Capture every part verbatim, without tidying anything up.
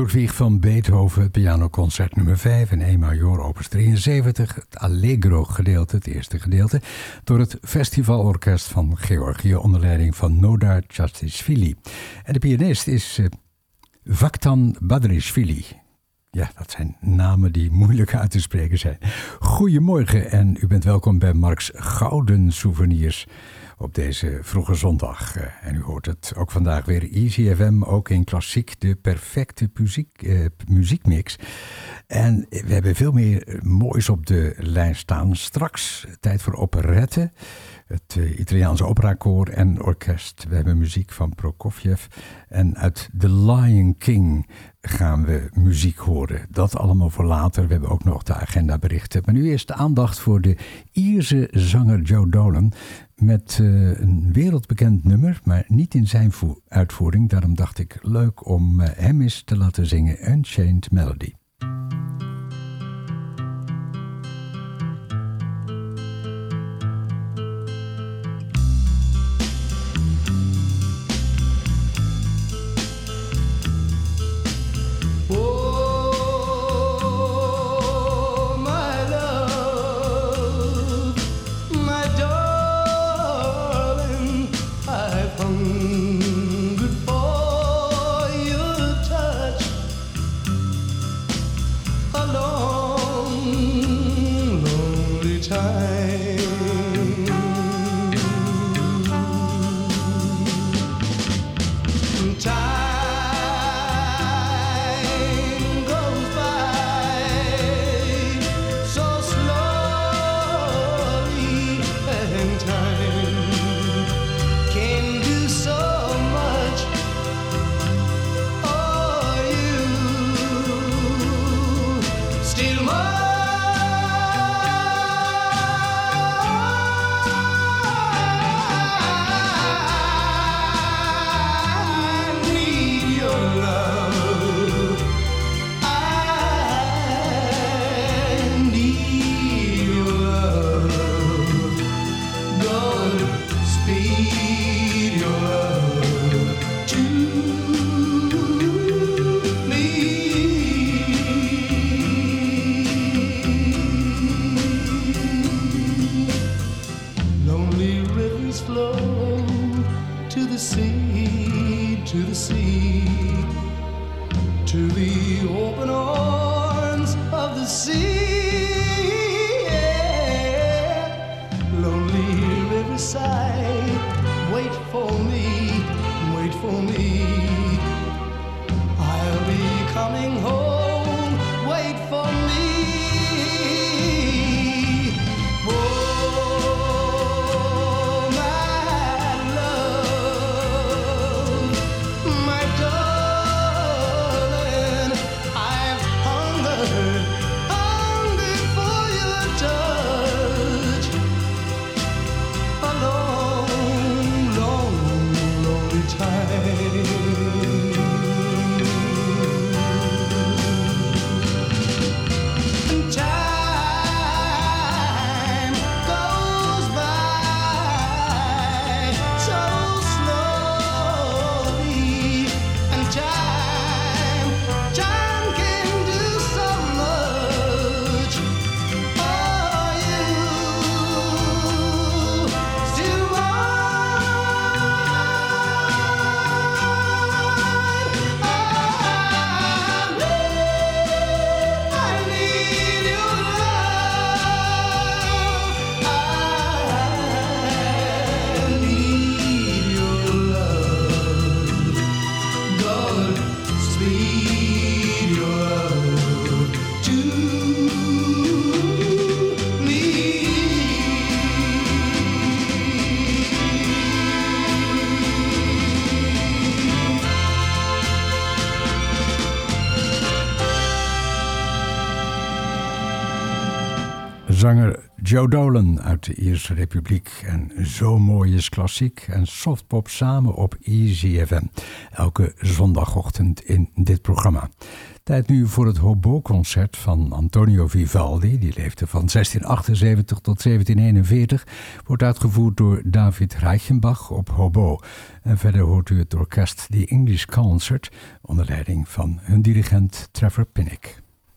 Ludwig van Beethoven, het pianoconcert nummer vijf in E major, opus drieënzeventig, het Allegro gedeelte, het eerste gedeelte, door het Festivalorkest van Georgië onder leiding van Nodar Chastishvili. En de pianist is uh, Vakhtang Badrishvili. Ja, dat zijn namen die moeilijk uit te spreken zijn. Goedemorgen en u bent welkom bij Mark's Gouden Souvenirs op deze vroege zondag. En u hoort het ook vandaag weer Easy F M, ook in klassiek, de perfecte muziek, eh, muziekmix. En we hebben veel meer moois op de lijn staan. Straks tijd voor operette, het uh, Italiaanse operakoor en orkest. We hebben muziek van Prokofjev. En uit The Lion King gaan we muziek horen. Dat allemaal voor later. We hebben ook nog de agendaberichten. Maar nu eerst de aandacht voor de Ierse zanger Joe Dolan met uh, een wereldbekend nummer, maar niet in zijn vo- uitvoering. Daarom dacht ik leuk om uh, hem eens te laten zingen Unchained Melody. Zanger Joe Dolan uit de Ierse Republiek en Zo Mooi is Klassiek en softpop samen op Easy F M. Elke zondagochtend in dit programma. Tijd nu voor het hobo-concert van Antonio Vivaldi. Die leefde van zestien achtenzeventig tot zeventien eenenveertig. Wordt uitgevoerd door David Reichenbach op hobo. En verder hoort u het orkest The English Concert onder leiding van hun dirigent Trevor Pinnock.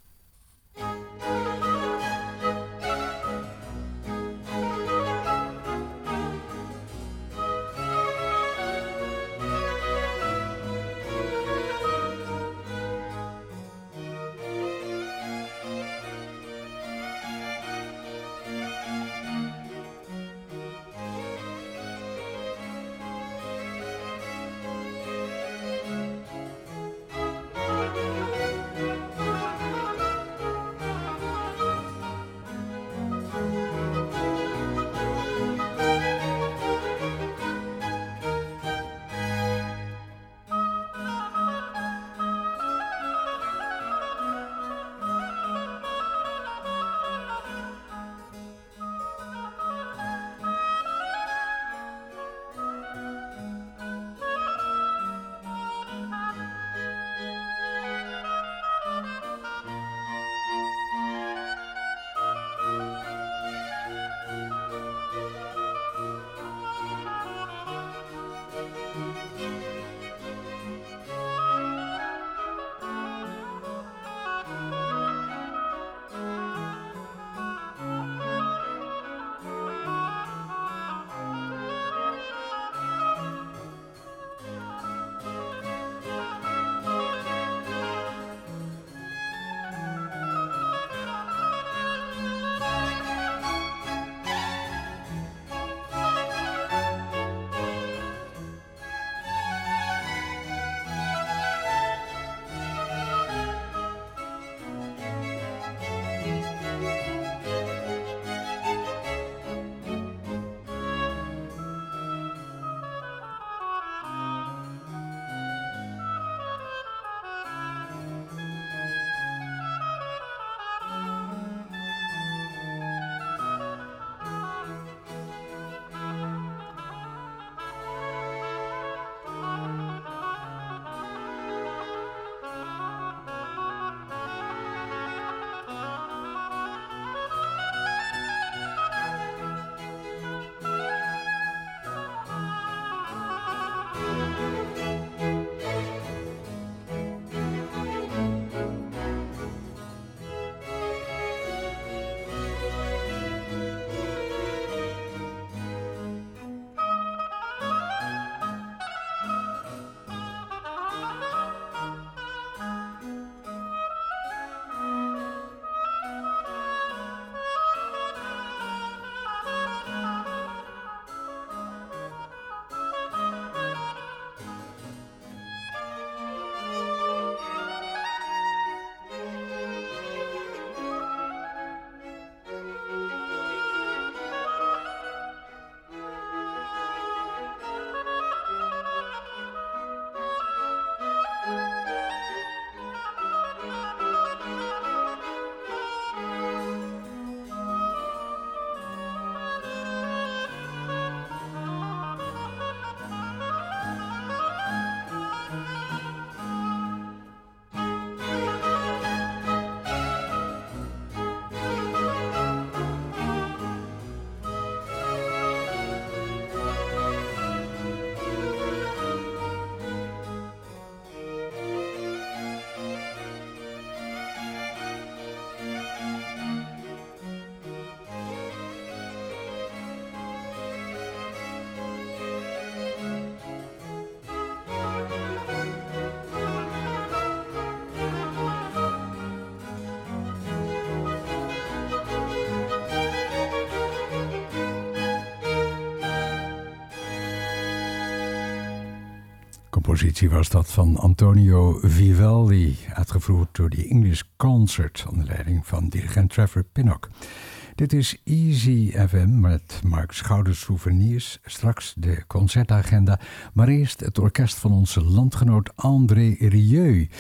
Compositie was dat van Antonio Vivaldi, uitgevoerd door de English Concert onder leiding van dirigent Trevor Pinnock. Dit is Easy F M met Mark Schouder souvenirs, straks de concertagenda, maar eerst het orkest van onze landgenoot André Rieu.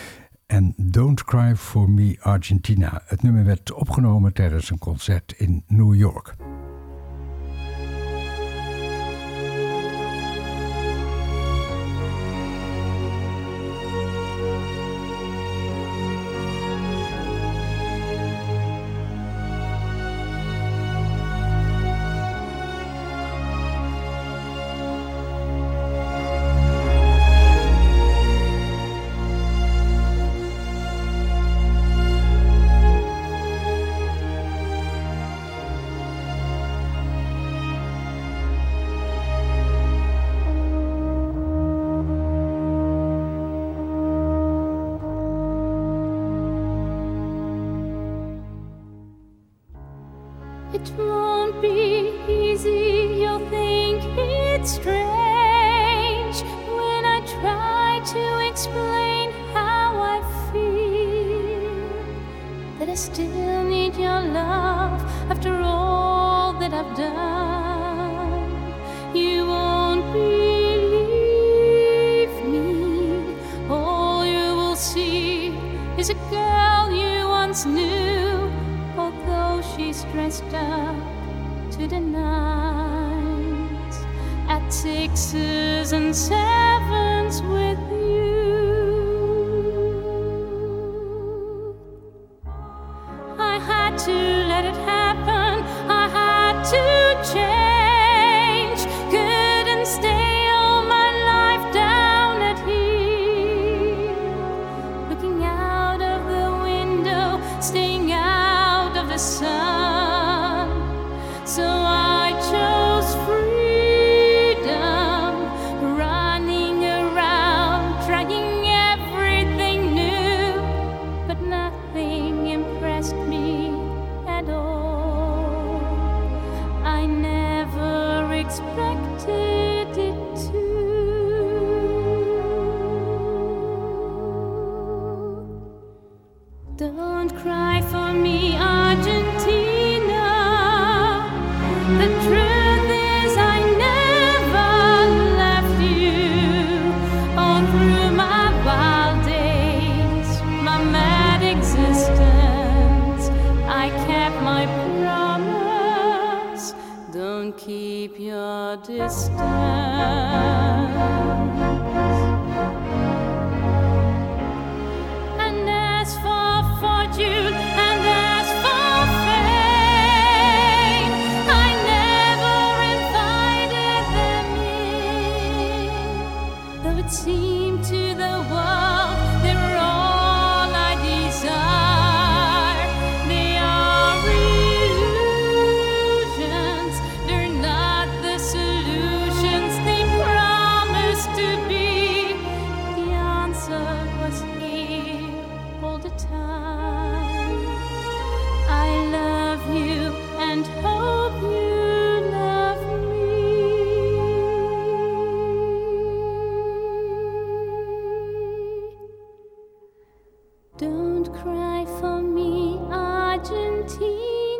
en Don't Cry For Me Argentina. Het nummer werd opgenomen tijdens een concert in New York. It won't be easy, you'll think it's strange when I try to explain how I feel, that I still need your love after all that I've done. You won't believe me, all you will see is a girl you once knew, although she's dressed up to the nines at sixes and sevens with you. I had to let it happen, I had to change, couldn't stay all my life down at here, looking out of the window, staying out of the sun. So I chose freedom, running around, trying everything new, but nothing impressed me at all. I never expected it to. Don't cry for me, Argentina. The truth is I never left you. All through my wild days, my mad existence, I kept my promise. Don't keep your distance. And as for fortune and as for fame, I never invited them in, though it seemed to the world they were all I desire. They are illusions, they're not the solutions they promised to be. The answer was here all the time. I love you and hope you love me. Don't cry for me, Argentina.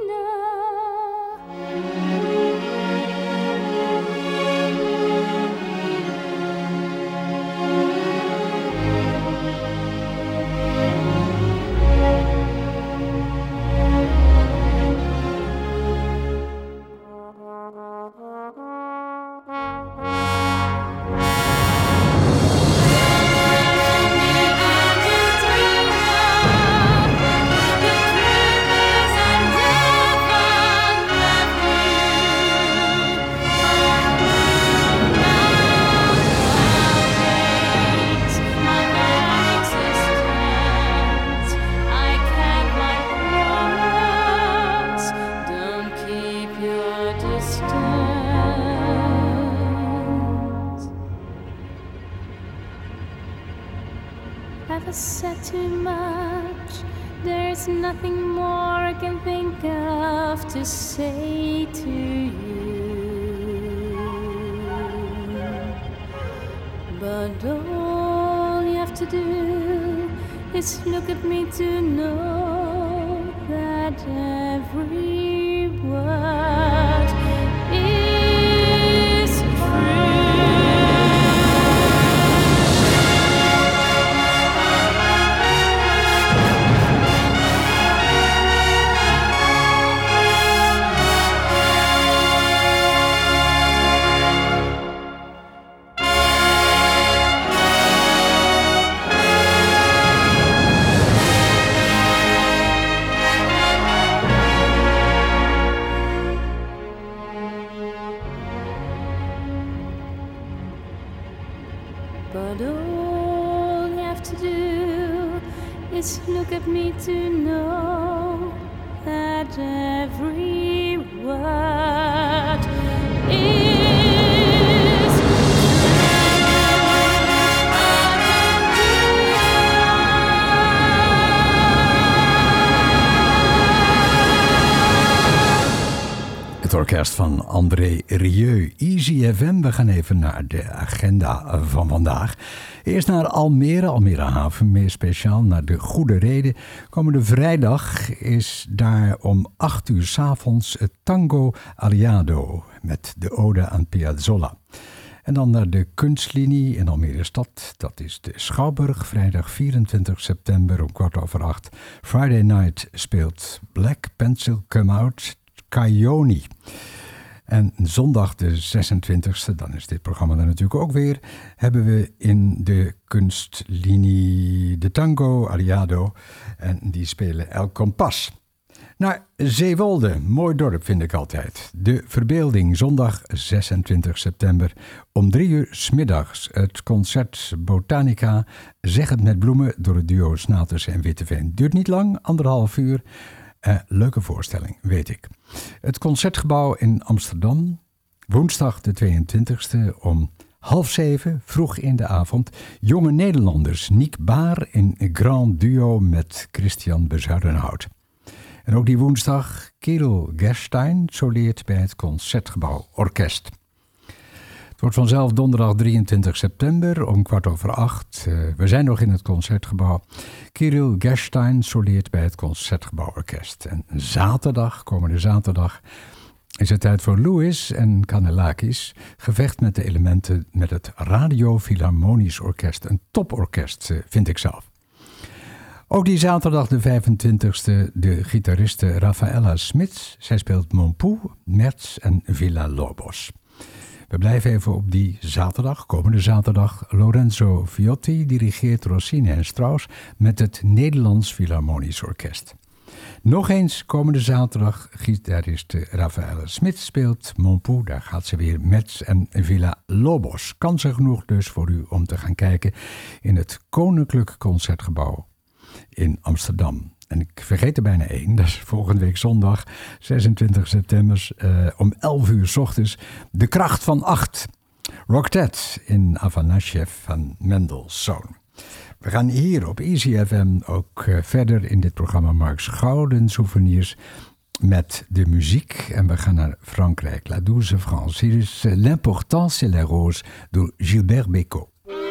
Have I said too much? There's nothing more I can think of to say to you. But all you have to do is look at me to know that every word is true. but all you have to do is look at me to know that every word is het orkest van André Rieu, Easy F M. We gaan even naar de agenda van vandaag. Eerst naar Almere, Almere Haven, meer speciaal naar de Goede Reden. Komende vrijdag is daar om acht uur 's avonds het Tango Aliado met de ode aan Piazzolla. En dan naar de kunstlinie in Almere Stad. Dat is de Schouwburg, vrijdag vierentwintig september om kwart over acht. Friday night speelt Black Pencil Come Out, Caioni. En zondag de zesentwintigste, dan is dit programma er natuurlijk ook weer, hebben we in de kunstlinie de Tango Aliado. En die spelen El Compás. Naar Zeewolde, mooi dorp vind ik altijd. De Verbeelding, zondag zesentwintig september om drie uur 's middags. Het concert Botanica, Zeg het met bloemen door het duo Snaters en Witteveen. Duurt niet lang, anderhalf uur. Uh, leuke voorstelling, weet ik. Het Concertgebouw in Amsterdam, woensdag de tweeëntwintigste om half zeven, vroeg in de avond. Jonge Nederlanders, Niek Baar in grand duo met Christian Bezuidenhout. En ook die woensdag, Kirill Gerstein soleert bij het Concertgebouw Orkest. Het wordt vanzelf donderdag drieëntwintig september om kwart over acht. Uh, we zijn nog in het Concertgebouw. Kirill Gerstein soleert bij het Concertgebouw Orkest. En zaterdag, komende zaterdag, is het tijd voor Louis en Kanellakis. Gevecht met de elementen met het Radio Philharmonisch Orkest. Een toporkest, uh, vind ik zelf. Ook die zaterdag de vijfentwintigste de gitariste Rafaela Smits. Zij speelt Monpou, Merz en Villa Lobos. We blijven even op die zaterdag, komende zaterdag. Lorenzo Viotti dirigeert Rossini en Strauss met het Nederlands Philharmonisch Orkest. Nog eens komende zaterdag, gitariste Rafaela Smits speelt Monpou. Daar gaat ze weer met en Villa Lobos. Kansen genoeg dus voor u om te gaan kijken in het Koninklijk Concertgebouw in Amsterdam. En ik vergeet er bijna één, dat is volgende week zondag, zesentwintig september, uh, om elf uur 's ochtends. De kracht van acht. Roctet in Afanasjev van Mendelssohn. We gaan hier op Easy F M ook uh, verder in dit programma Mark's Gouden Souvenirs met de muziek. En we gaan naar Frankrijk. La Douce France. Hier is uh, L'Important c'est la rose door Gilbert Bécaud.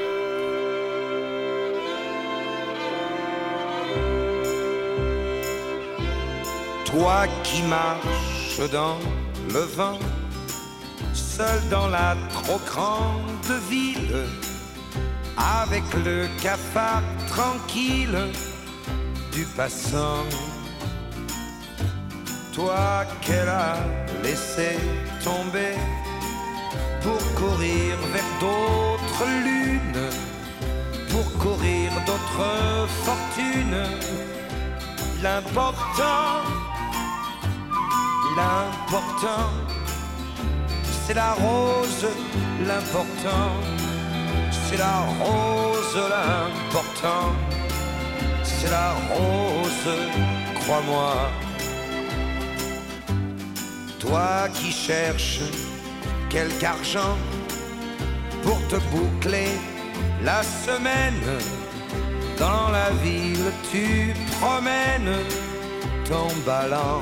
Toi qui marches dans le vent, seul dans la trop grande ville, avec le cafard tranquille du passant. Toi qu'elle a laissé tomber pour courir vers d'autres lunes, pour courir d'autres fortunes. L'important, l'important, c'est la rose, l'important, c'est la rose, l'important, c'est la rose, crois-moi. Toi qui cherches quelque argent pour te boucler la semaine, dans la ville tu promènes ton ballon.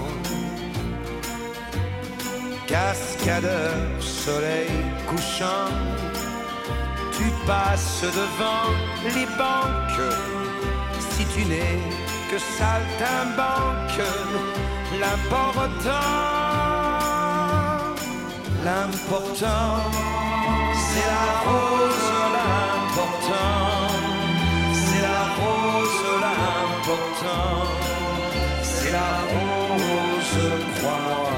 Cascadeur, soleil couchant, tu passes devant les banques. Si tu n'es que saltimbanque, l'important, l'important, c'est la rose, l'important, c'est la rose, l'important, c'est la rose, crois-moi.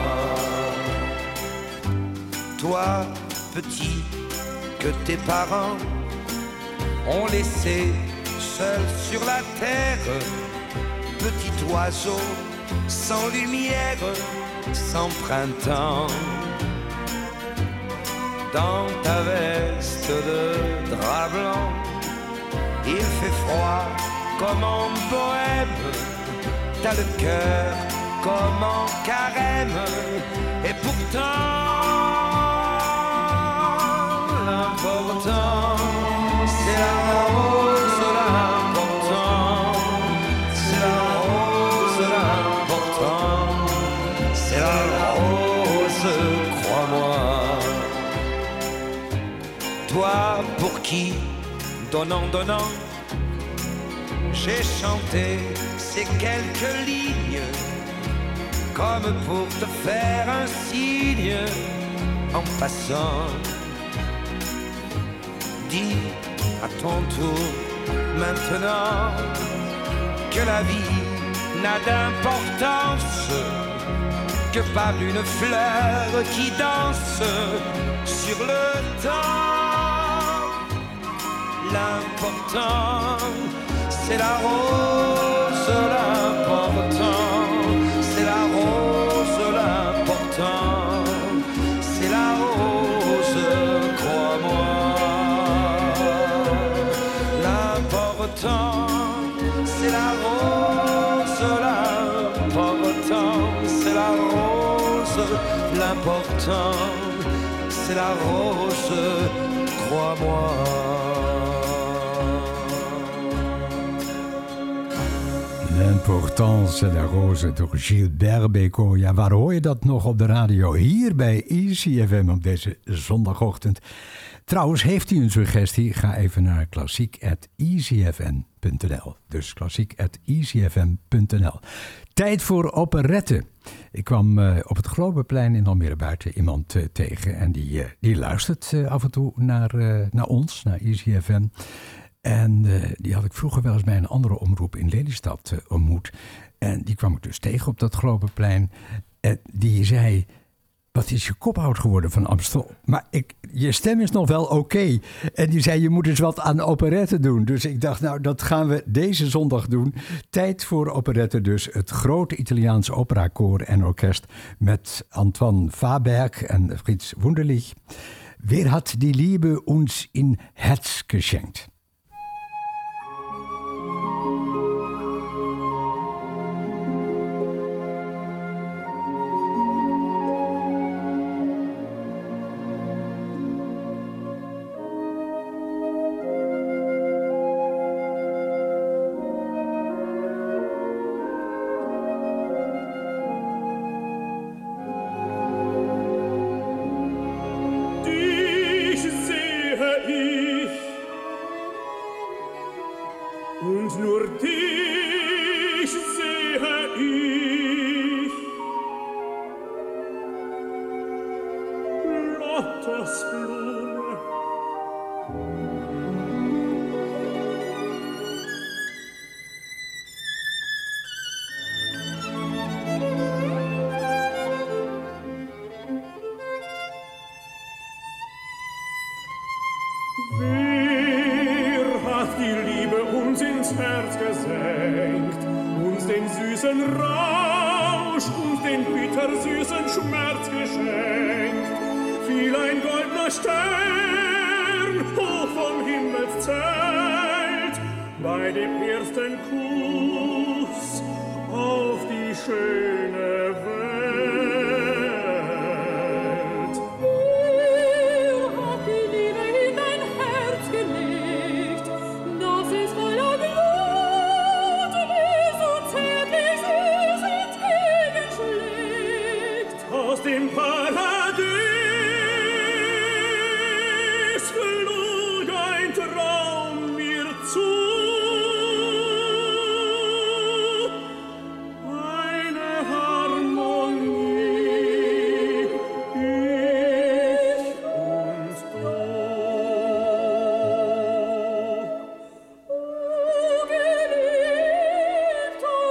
Toi, petit, que tes parents ont laissé seul sur la terre, petit oiseau sans lumière, sans printemps. Dans ta veste de drap blanc, comme en bohème, t'as le cœur comme en carême, et pourtant l'important c'est la rose, l'important c'est la rose, l'important c'est la rose, crois-moi. Toi pour qui, donnant, donnant, j'ai chanté ces quelques lignes, comme pour te faire un signe en passant. Dis à ton tour maintenant que la vie n'a d'importance que par une fleur qui danse sur le temps. L'important c'est la rose, l'important c'est la rose, l'important c'est la rose, crois-moi. L'important c'est la rose, l'important c'est la rose, l'important c'est la rose, crois-moi. L'important c'est la rose door Gilbert Bécaud. Ja, waar hoor je dat nog op de radio? Hier bij Easy F M op deze zondagochtend. Trouwens, heeft u een suggestie? Ga even naar klassiek at easy f m punt n l. Dus klassiek at easy f m punt n l. Tijd voor operette. Ik kwam uh, op het Globeplein in Almere Buiten iemand uh, tegen. En die, uh, die luistert uh, af en toe naar, uh, naar ons, naar Easy F M. En uh, die had ik vroeger wel eens bij een andere omroep in Lelystad uh, ontmoet. En die kwam ik dus tegen op dat Globeplein. En die zei, wat is je kop oud geworden van Amstel? Maar ik, je stem is nog wel oké. Okay. En die zei, je moet eens wat aan operette doen. Dus ik dacht, nou, dat gaan we deze zondag doen. Tijd voor operette dus. Het grote Italiaans operakoor en orkest met Antoine Faberg en Fritz Wunderlich. Wer hat die Liebe uns in Herz geschenkt?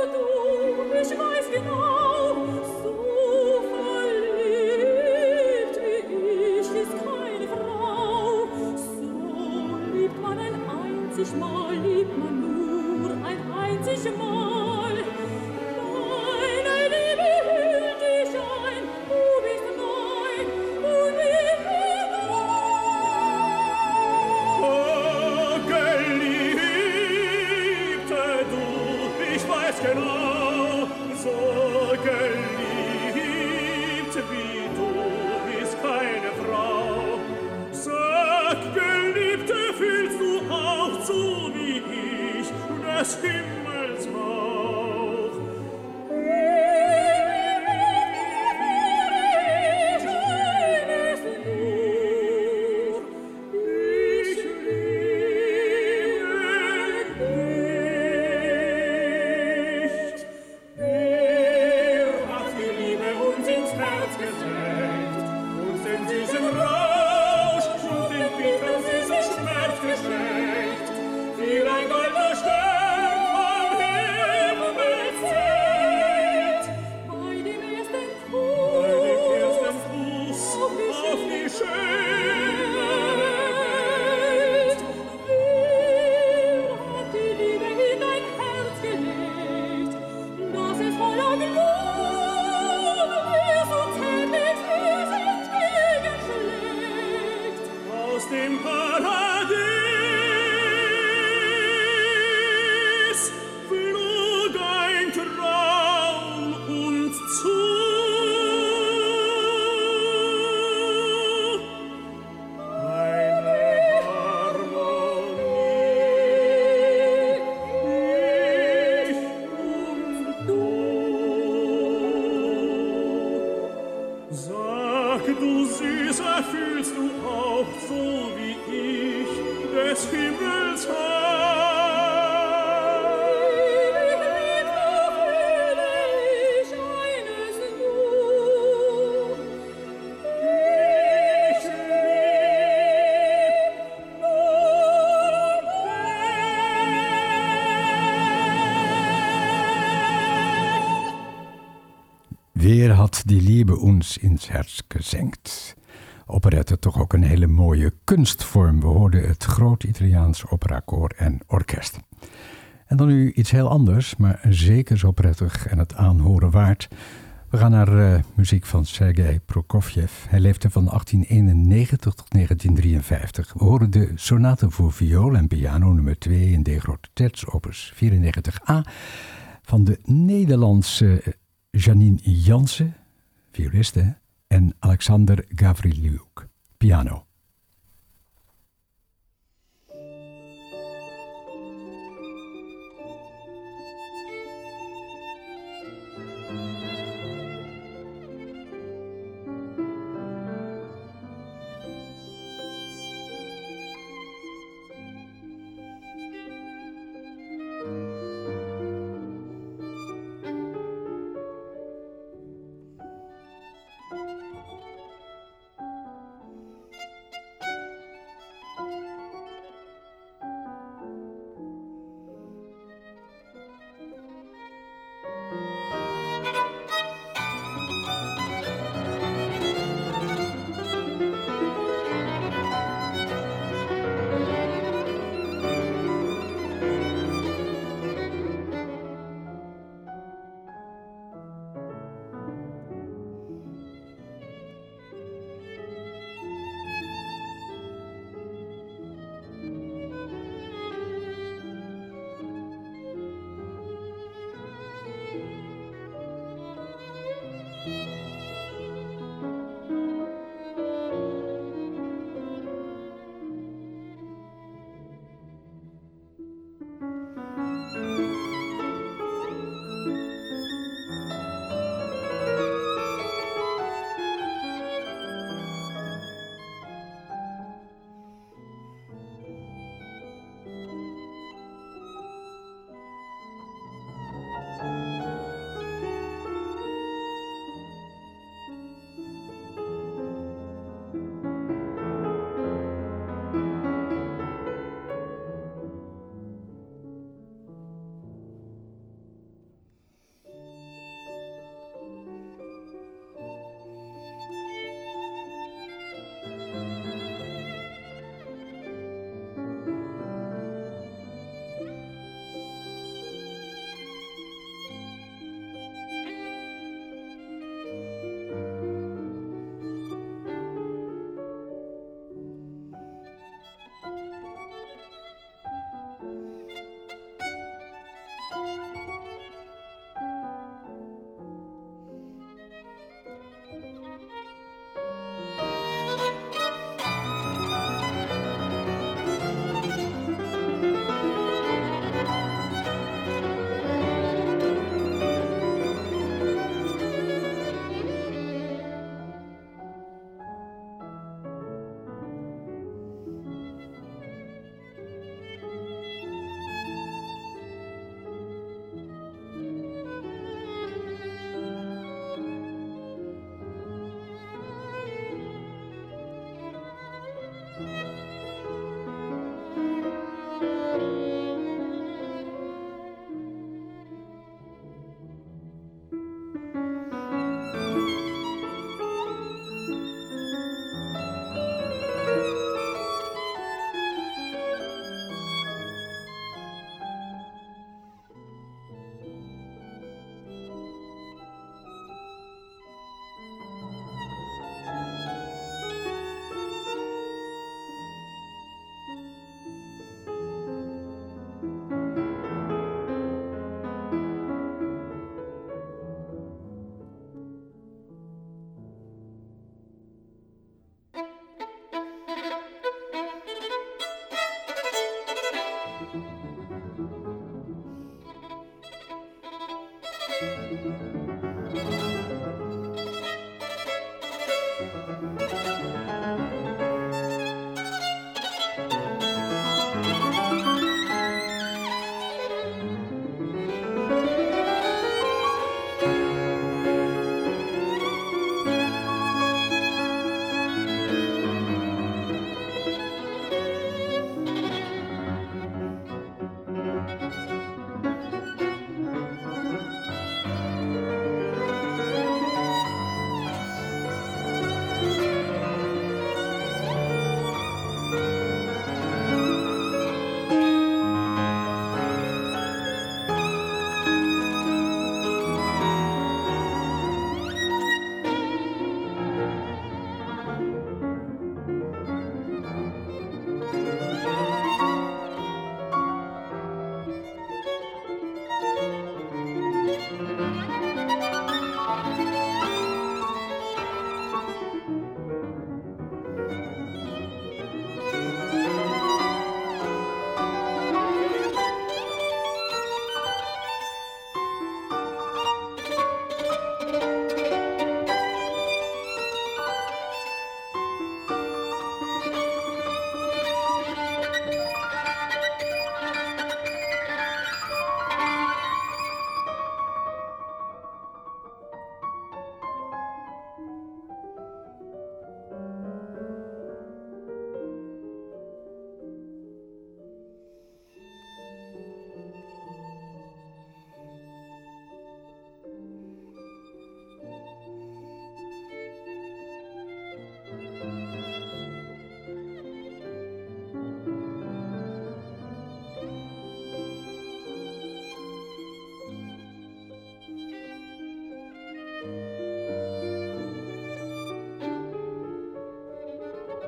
Ich weiß genau, so verliebt des Himmels Hauch. Weer had die Liebe uns ins Herz gesenkt. Operette toch ook een hele mooie kunstvorm. We hoorden het groot Italiaans operakoor en orkest. En dan nu iets heel anders, maar zeker zo prettig en het aanhoren waard. We gaan naar uh, muziek van Sergei Prokofjev. Hij leefde van achttien eenennegentig tot negentien drieënvijftig. We horen de sonate voor viool en piano nummer twee in D grote terts, opus vierennegentig A, van de Nederlandse Janine Jansen, violiste, en Alexander Gavriliuk, piano.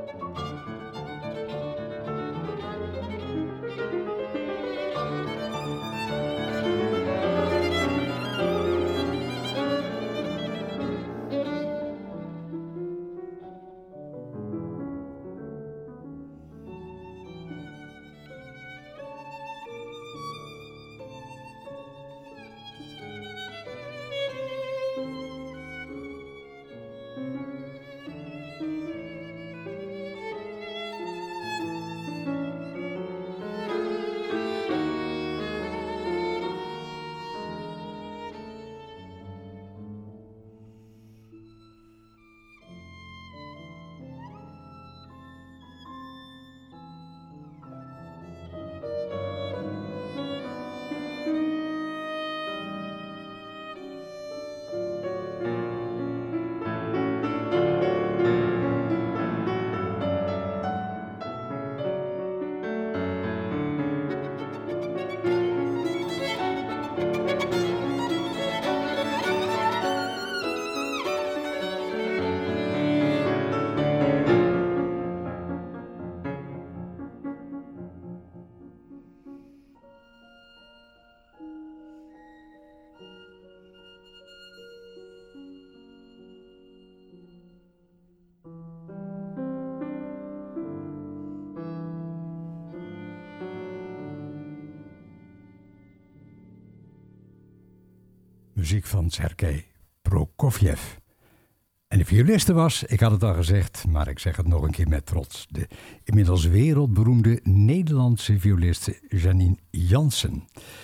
Muziek van Sergei Prokofjev. En de violiste was, ik had het al gezegd, maar ik zeg het nog een keer met trots, de inmiddels wereldberoemde Nederlandse violiste Janine Jansen.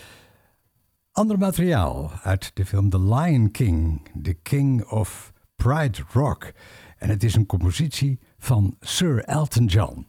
Ander materiaal uit de film The Lion King, The King of Pride Rock. En het is een compositie van Sir Elton John.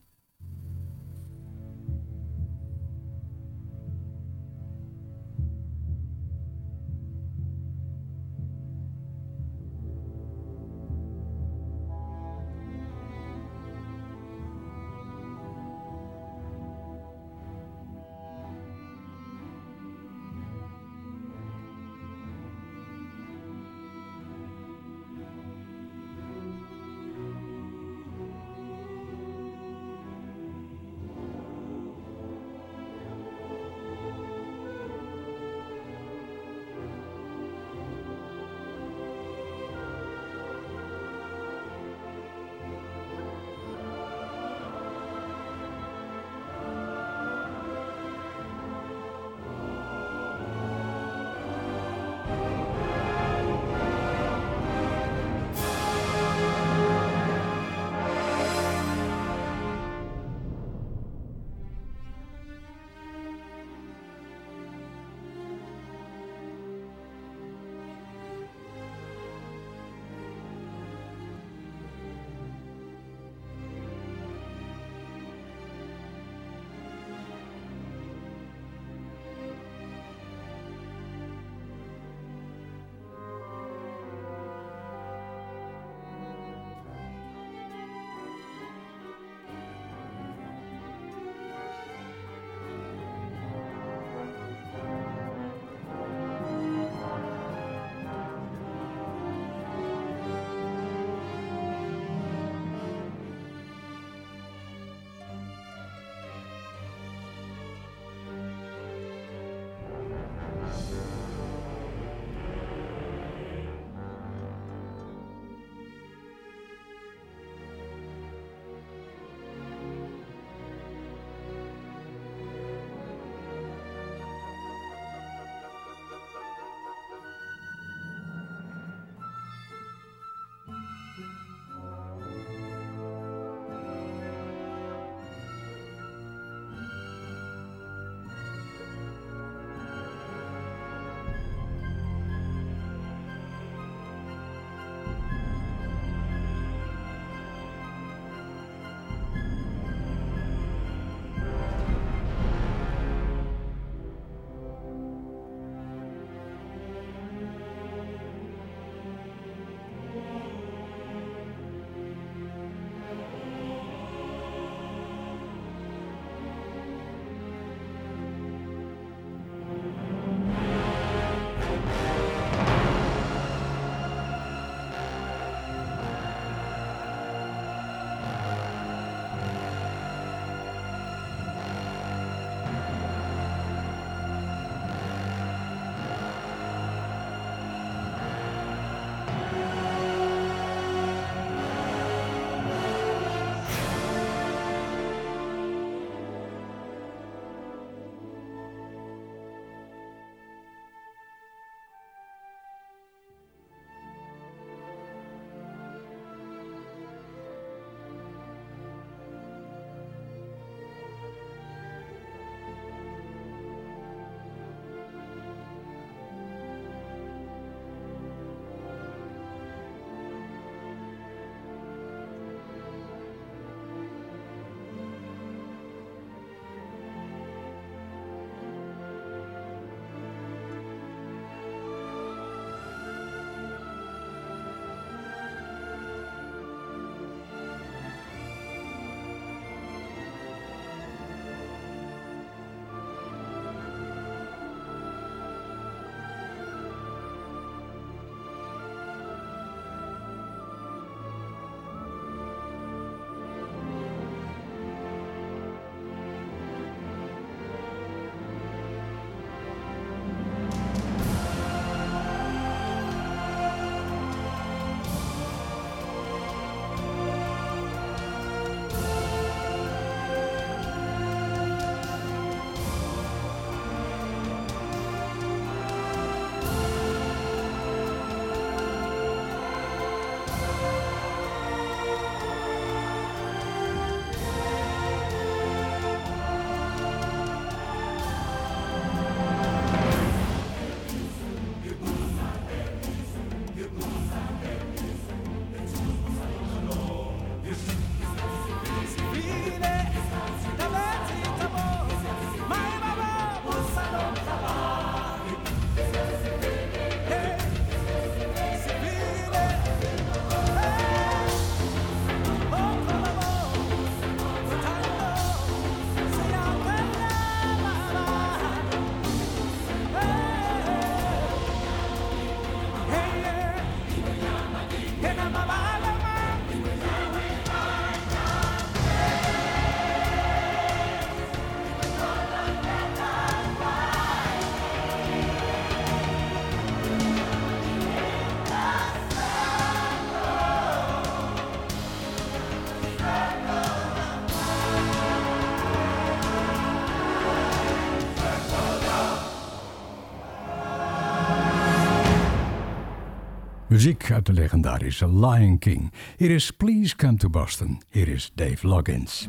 Muziek uit de legendarische Lion King. Hier is Please Come to Boston. Hier is Dave Loggins.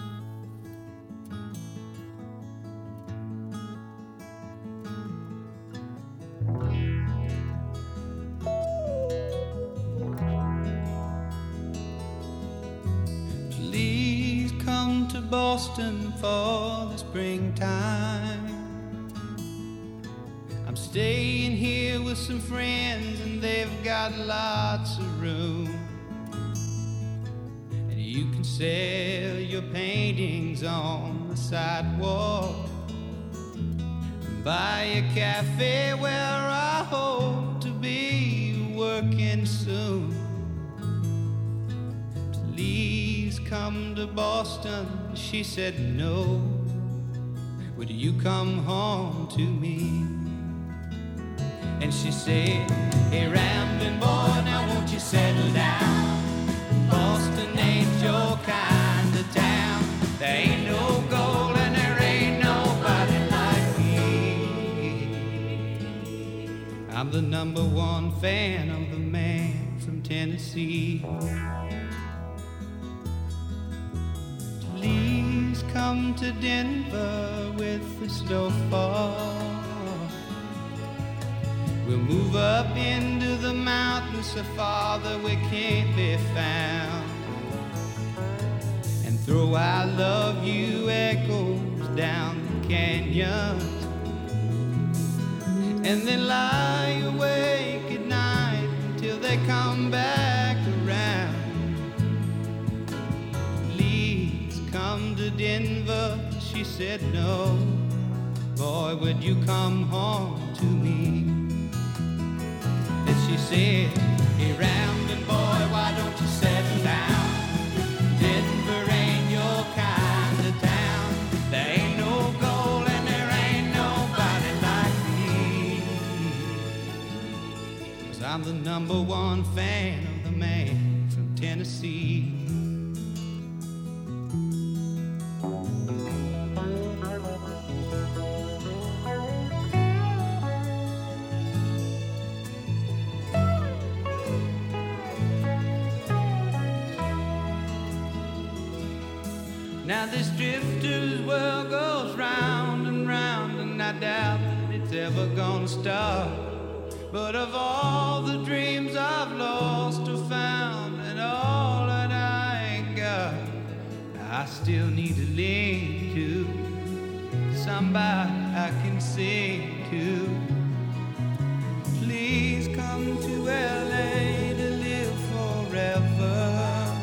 Please come to Boston for the springtime. I'm staying here with some friends and they've got lots of room. And you can sell your paintings on the sidewalk. Buy a cafe where I hope to be working soon. Please come to Boston, she said no. Would you come home to me? And she said, hey, rambling boy, now won't you settle down? Boston ain't your kind of town. There ain't no gold and there ain't nobody like me. I'm the number one fan of the man from Tennessee. Please come to Denver with the snowfall. We'll move up into the mountains so far that we can't be found, and throw I love you echoes down the canyons, and then lie awake at night until they come back around. Please come to Denver, she said no. Boy, would you come home to me? She said, hey, rambling boy, why don't you settle down? Denver ain't your kind of town. There ain't no gold and there ain't nobody like me. 'Cause I'm the number one fan of the man from Tennessee. Now this drifter's world goes round and round, and I doubt that it's ever gonna stop. But of all the dreams I've lost or found, and all that I ain't got, I still need to lean to somebody I can sing to. Please come to L A to live forever.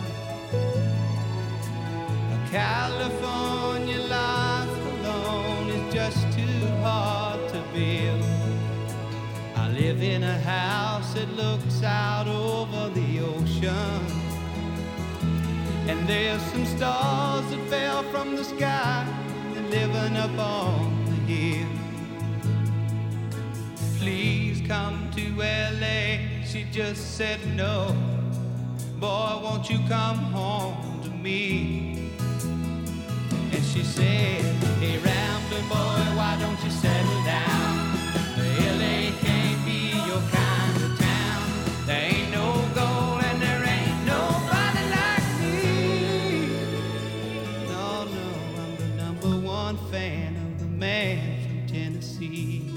California life alone is just too hard to build. I live in a house that looks out over the ocean, and there's some stars that fell from the sky and living up on the hill. Please come to L A, she just said no. Boy, won't you come home to me? And she said, hey, rambling boy, why don't you settle down? L A can't be your kind of town. There ain't no gold and there ain't nobody like me. No, no, I'm the number one fan of the man from Tennessee.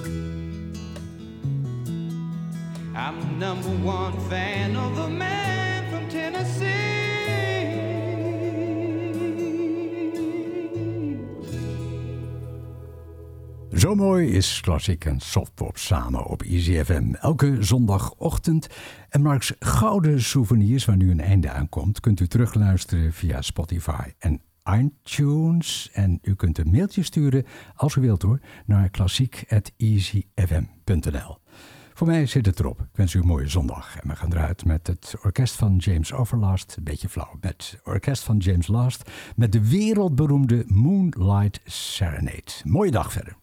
I'm the number one fan of the man from Tennessee. Zo mooi is klassiek en softpop samen op Easy F M. Elke zondagochtend. En Mark's gouden souvenirs, waar nu een einde aankomt, kunt u terugluisteren via Spotify en iTunes. En u kunt een mailtje sturen, als u wilt hoor, naar klassiek at easy f m punt n l. Voor mij zit het erop. Ik wens u een mooie zondag. En we gaan eruit met het orkest van James Overlast. Een beetje flauw. Met het orkest van James Last. Met de wereldberoemde Moonlight Serenade. Mooie dag verder.